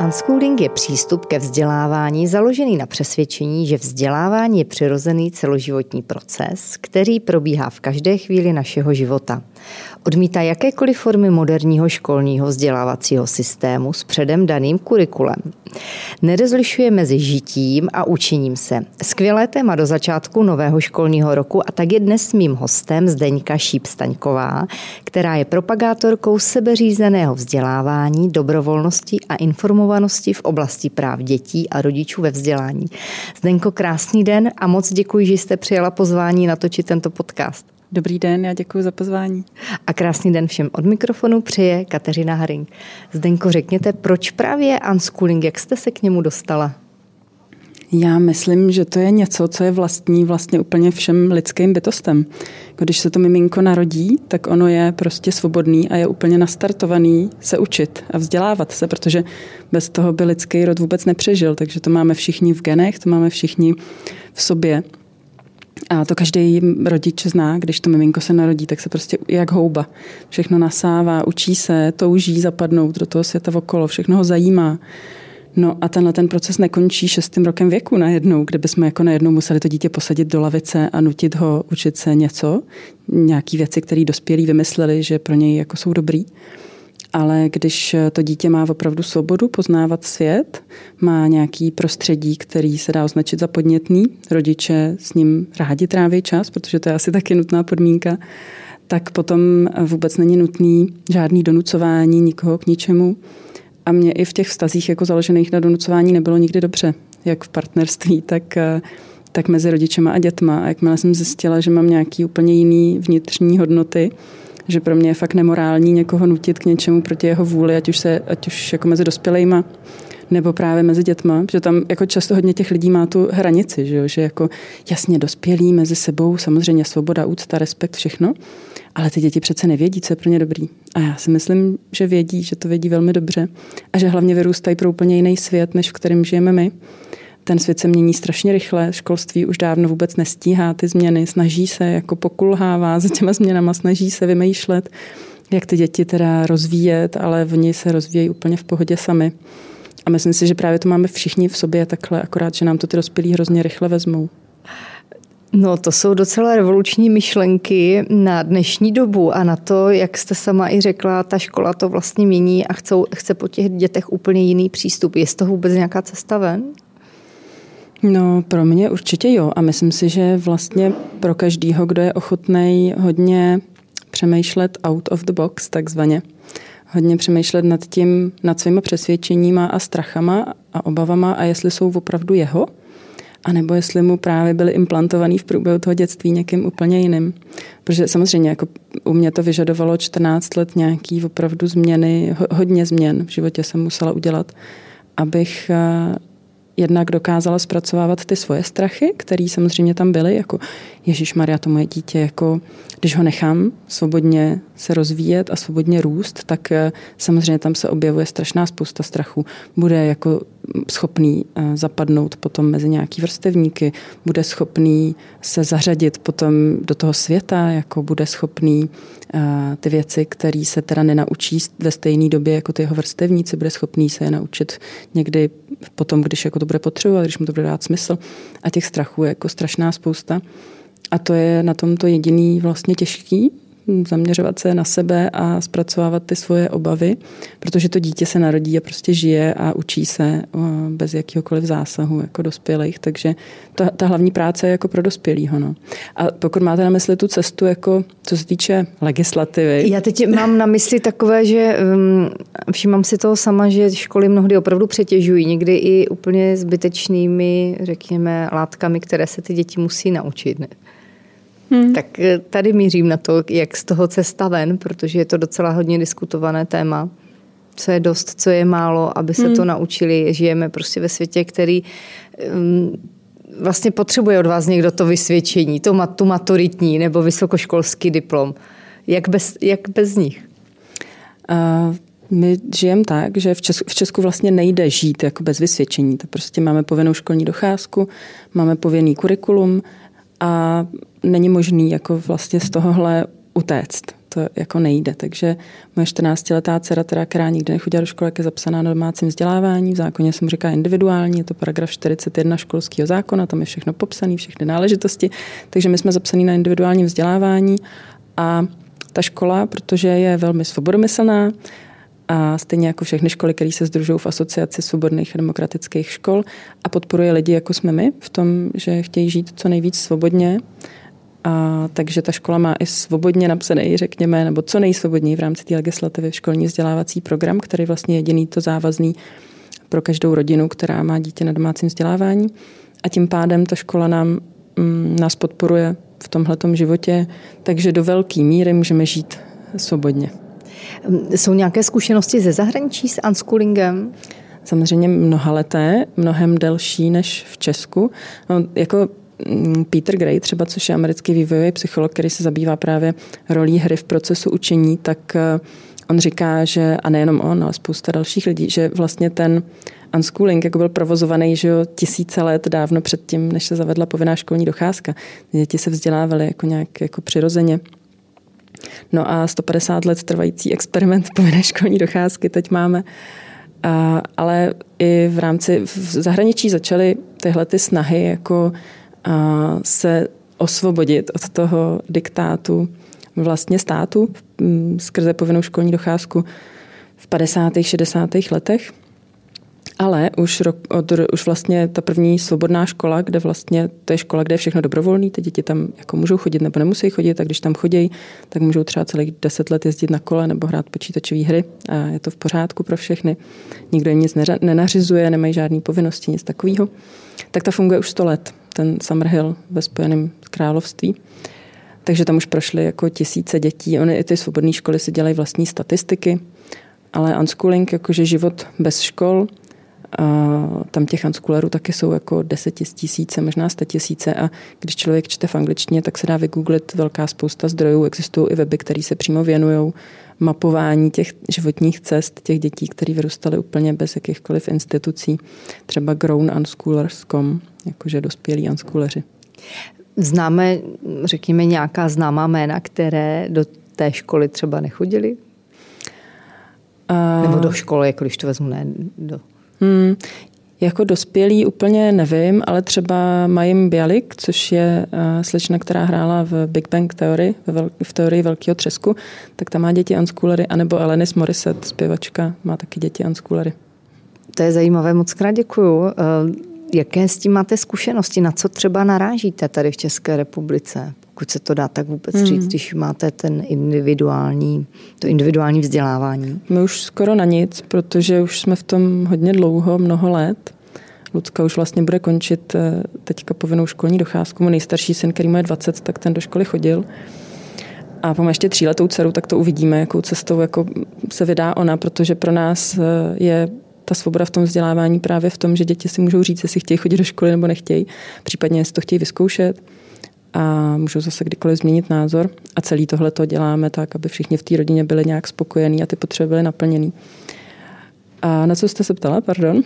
Unschooling je přístup ke vzdělávání založený na přesvědčení, že vzdělávání je přirozený celoživotní proces, který probíhá v každé chvíli našeho života. Odmítá jakékoliv formy moderního školního vzdělávacího systému s předem daným kurikulem. Nerozlišuje mezi žitím a učením se. Skvělé téma do začátku nového školního roku a tak je dnes mým hostem Zdeňka Šíp-Staňková, která je propagátorkou sebeřízeného vzdělávání, dobrovolnosti a informovanosti v oblasti práv dětí a rodičů ve vzdělání. Zdeňko, krásný den a moc děkuji, že jste přijala pozvání natočit tento podcast. Dobrý den, já děkuji za pozvání. A krásný den všem od mikrofonu přeje Kateřina Haring. Zdeňko, řekněte, proč právě unschooling, jak jste se k němu dostala? Já myslím, že to je něco, co je vlastní vlastně úplně všem lidským bytostem. Když se to miminko narodí, tak ono je prostě svobodný a je úplně nastartovaný se učit a vzdělávat se, protože bez toho by lidský rod vůbec nepřežil. Takže to máme všichni v genech, to máme všichni v sobě. A to každý rodič zná, když to miminko se narodí, tak se prostě jak houba. Všechno nasává, učí se, touží zapadnout do toho světa okolo, všechno ho zajímá. No a ten proces nekončí 6. rokem věku najednou, kde bychom jako najednou museli to dítě posadit do lavice a nutit ho učit se něco, nějaký věci, které dospělí vymysleli, že pro něj jako jsou dobrý. Ale když to dítě má opravdu svobodu poznávat svět, má nějaký prostředí, který se dá označit za podnětný, rodiče s ním rádi tráví čas, protože to je asi taky nutná podmínka, tak potom vůbec není nutný žádný donucování nikoho k ničemu. A mě i v těch vztazích jako založených na donucování nebylo nikdy dobře, jak v partnerství, tak mezi rodičema a dětma. A jakmile jsem zjistila, že mám nějaký úplně jiný vnitřní hodnoty, že pro mě je fakt nemorální někoho nutit k něčemu proti jeho vůli, ať už jako mezi dospělejma, nebo právě mezi dětma, že tam jako často hodně těch lidí má tu hranici, že jako jasně dospělí mezi sebou, samozřejmě svoboda, úcta, respekt, všechno, ale ty děti přece nevědí, co je pro ně dobrý. A já si myslím, že vědí, že to vědí velmi dobře a že hlavně vyrůstají pro úplně jiný svět, než v kterém žijeme my. Ten svět se mění strašně rychle, školství už dávno vůbec nestíhá ty změny, snaží se, jako pokulhává za těma změnama, snaží se vymýšlet, jak ty děti teda rozvíjet, ale oni se rozvíjejí úplně v pohodě sami. A myslím si, že právě to máme všichni v sobě takhle, akorát, že nám to ty dospělí hrozně rychle vezmou. No, to jsou docela revoluční myšlenky na dnešní dobu a na to, jak jste sama i řekla, ta škola to vlastně mění a chce po těch dětech úplně jiný přístup. Je z toho vůbec nějaká cesta ven? No, pro mě určitě jo. A myslím si, že vlastně pro každýho, kdo je ochotnej hodně přemýšlet out of the box, takzvaně. Hodně přemýšlet nad svýma přesvědčeníma a strachama a obavama a jestli jsou opravdu jeho, anebo jestli mu právě byly implantovaný v průběhu toho dětství někým úplně jiným. Protože samozřejmě jako u mě to vyžadovalo 14 let nějaký opravdu změny, hodně změn v životě jsem musela udělat, abych jednak dokázala zpracovávat ty svoje strachy, které samozřejmě tam byly, jako Ježišmarja, to moje dítě, jako když ho nechám svobodně se rozvíjet a svobodně růst, tak samozřejmě tam se objevuje strašná spousta strachu. Bude jako schopný zapadnout potom mezi nějaký vrstevníky, bude schopný se zařadit potom do toho světa, jako bude schopný ty věci, které se teda nenaučí ve stejné době jako ty jeho vrstevníci, bude schopný se je naučit někdy potom, když jako to bude potřebovat, když mu to bude dát smysl. A těch strachů je jako strašná spousta. A to je na tom to jediný vlastně těžký, zaměřovat se na sebe a zpracovávat ty svoje obavy, protože to dítě se narodí a prostě žije a učí se bez jakýhokoliv zásahu jako dospělých, takže ta hlavní práce je jako pro dospělýho. No. A pokud máte na mysli tu cestu, jako co se týče legislativy. Já teď mám na mysli takové, že všímám si toho sama, že školy mnohdy opravdu přetěžují, někdy i úplně zbytečnými, řekněme, látkami, které se ty děti musí naučit. Ne? Tak tady mířím na to, jak z toho cesta ven, protože je to docela hodně diskutované téma. Co je dost, co je málo, aby se to naučili. Žijeme prostě ve světě, který vlastně potřebuje od vás někdo to vysvědčení, tu maturitní nebo vysokoškolský diplom. Jak bez nich? My žijeme tak, že v Česku vlastně nejde žít jako bez vysvědčení. To prostě máme povinnou školní docházku, máme povinný kurikulum a není možný jako vlastně z tohohle utéct. to jako nejde. Takže moje 14letá dcera, která nikdy nechodila do školy, je zapsaná na domácím vzdělávání. V zákoně se mu říká individuální, je to paragraf 41 školského zákona, tam je všechno popsané, všechny náležitosti. Takže my jsme zapsaní na individuální vzdělávání a ta škola, protože je velmi svobodomyslná, a stejně jako všechny školy, které se sdružují v Asociaci svobodných a demokratických škol a podporuje lidi, jako jsme my, v tom, že chtějí žít co nejvíc svobodně. A takže ta škola má i svobodně napsaný, řekněme, nebo co nejsvobodněji v rámci té legislativy školní vzdělávací program, který vlastně jediný to závazný pro každou rodinu, která má dítě na domácím vzdělávání. A tím pádem ta škola nás podporuje v tomhletom životě, takže do velké míry můžeme žít svobodně. Jsou nějaké zkušenosti ze zahraničí s unschoolingem? Samozřejmě mnohaleté, mnohem delší než v Česku. No, jako Peter Gray třeba, což je americký vývojový psycholog, který se zabývá právě rolí hry v procesu učení, tak on říká, že, a nejenom on, ale spousta dalších lidí, že vlastně ten unschooling jako byl provozovaný, že jo, tisíce let dávno předtím, než se zavedla povinná školní docházka. Děti se vzdělávaly jako nějak jako přirozeně. No a 150 let trvající experiment povinné školní docházky teď máme. Ale i v zahraničí začaly tyhle ty snahy jako se osvobodit od toho diktátu vlastně státu skrze povinnou školní docházku v 50. 60. letech. Ale už vlastně ta první svobodná škola, kde vlastně to je škola, kde je všechno dobrovolný, ty děti tam jako můžou chodit nebo nemusí chodit, a když tam chodí, tak můžou třeba celých 10 let jezdit na kole nebo hrát počítačové hry a je to v pořádku pro všechny. Nikdo jim nic nenařizuje, nemají žádné povinnosti, nic takového. Tak ta funguje už 100 let, ten Summerhill ve Spojeném království. Takže tam už prošly jako tisíce dětí. I ty svobodné školy si dělají vlastní statistiky, ale unschooling, jakože život bez škol, a tam těch unschoolerů taky jsou jako 10 000, možná 100 000 a když člověk čte v angličtině, tak se dá vygooglit velká spousta zdrojů. Existují i weby, které se přímo věnují mapování těch životních cest těch dětí, které vyrůstaly úplně bez jakýchkoliv institucí. Třeba grownunschoolers.com, jakože dospělí unschooleři. Známe, řekněme, nějaká známá jména, které do té školy třeba nechodily? Nebo do školy, jako když to vezmu, ne do... Jako dospělý úplně nevím, ale třeba Mayim Bialik, což je slečna, která hrála v Big Bang Theory, v teorii velkého třesku, tak ta má děti unschoolery, anebo Alanis Morissette, zpěvačka, má taky děti unschoolery. To je zajímavé, moc krát děkuju. Jaké s tím máte zkušenosti? Na co třeba narážíte tady v České republice? Pokud se to dá tak vůbec říct, když máte to individuální vzdělávání? My už skoro na nic, protože už jsme v tom hodně dlouho, mnoho let. Lucka už vlastně bude končit teďka povinnou školní docházku. Můj nejstarší syn, který má 20, tak ten do školy chodil. A mám ještě 3letou dceru, tak to uvidíme, jakou cestou jako se vydá ona, protože pro nás je ta svoboda v tom vzdělávání právě v tom, že děti si můžou říct, jestli chtějí chodit do školy nebo nechtějí, případně jestli to chtějí vyzkoušet a můžou zase kdykoliv změnit názor. A celý tohle to děláme tak, aby všichni v té rodině byli nějak spokojení a ty potřeby byly naplněný. A na co jste se ptala, pardon?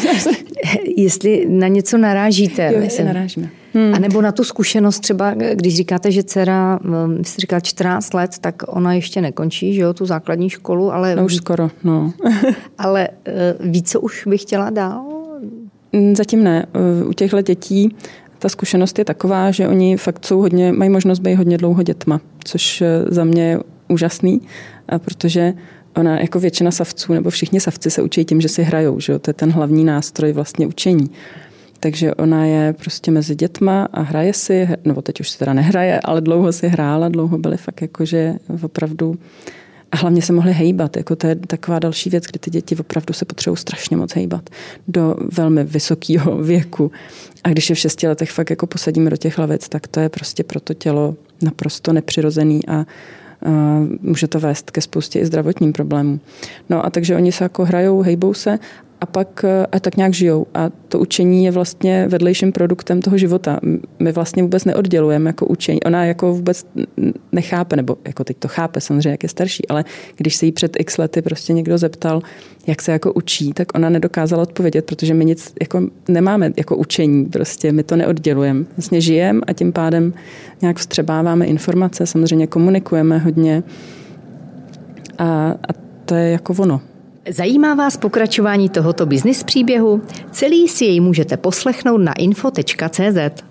Jestli na něco narážíte. Jo, jestli narážíme. A nebo na tu zkušenost třeba, když říkáte, že dcera, jste říkala 14 let, tak ona ještě nekončí, že jo, tu základní školu, ale... No už skoro, no. Ale ví, co už bych chtěla dál? Zatím ne. U těchto dětí ta zkušenost je taková, že oni fakt mají možnost být hodně dlouho dětma, což za mě je úžasný, protože ona jako většina savců, nebo všichni savci se učí tím, že si hrajou, že jo? To je ten hlavní nástroj vlastně učení. Takže ona je prostě mezi dětma a hraje si, nebo teď už se teda nehraje, ale dlouho si hrála, dlouho byly fakt jakože opravdu, a hlavně se mohly hejbat, jako to je taková další věc, kdy ty děti opravdu se potřebují strašně moc hejbat do velmi vysokého věku. A když je v 6 letech fakt jako posadíme do těch lavic, tak to je prostě pro to tělo naprosto nepřirozený a může to vést ke spoustě i zdravotním problémům. No a takže oni se jako hrajou, hejbou se a tak nějak žijou. A to učení je vlastně vedlejším produktem toho života. My vlastně vůbec neoddělujeme jako učení. Ona jako vůbec nechápe, nebo jako teď to chápe samozřejmě, jak je starší, ale když se jí před x lety prostě někdo zeptal, jak se jako učí, tak ona nedokázala odpovědět, protože my nic jako nemáme jako učení, prostě my to neoddělujeme. Vlastně žijeme a tím pádem nějak vstřebáváme informace, samozřejmě komunikujeme hodně a to je jako ono. Zajímá vás pokračování tohoto business příběhu? Celý si jej můžete poslechnout na info.cz.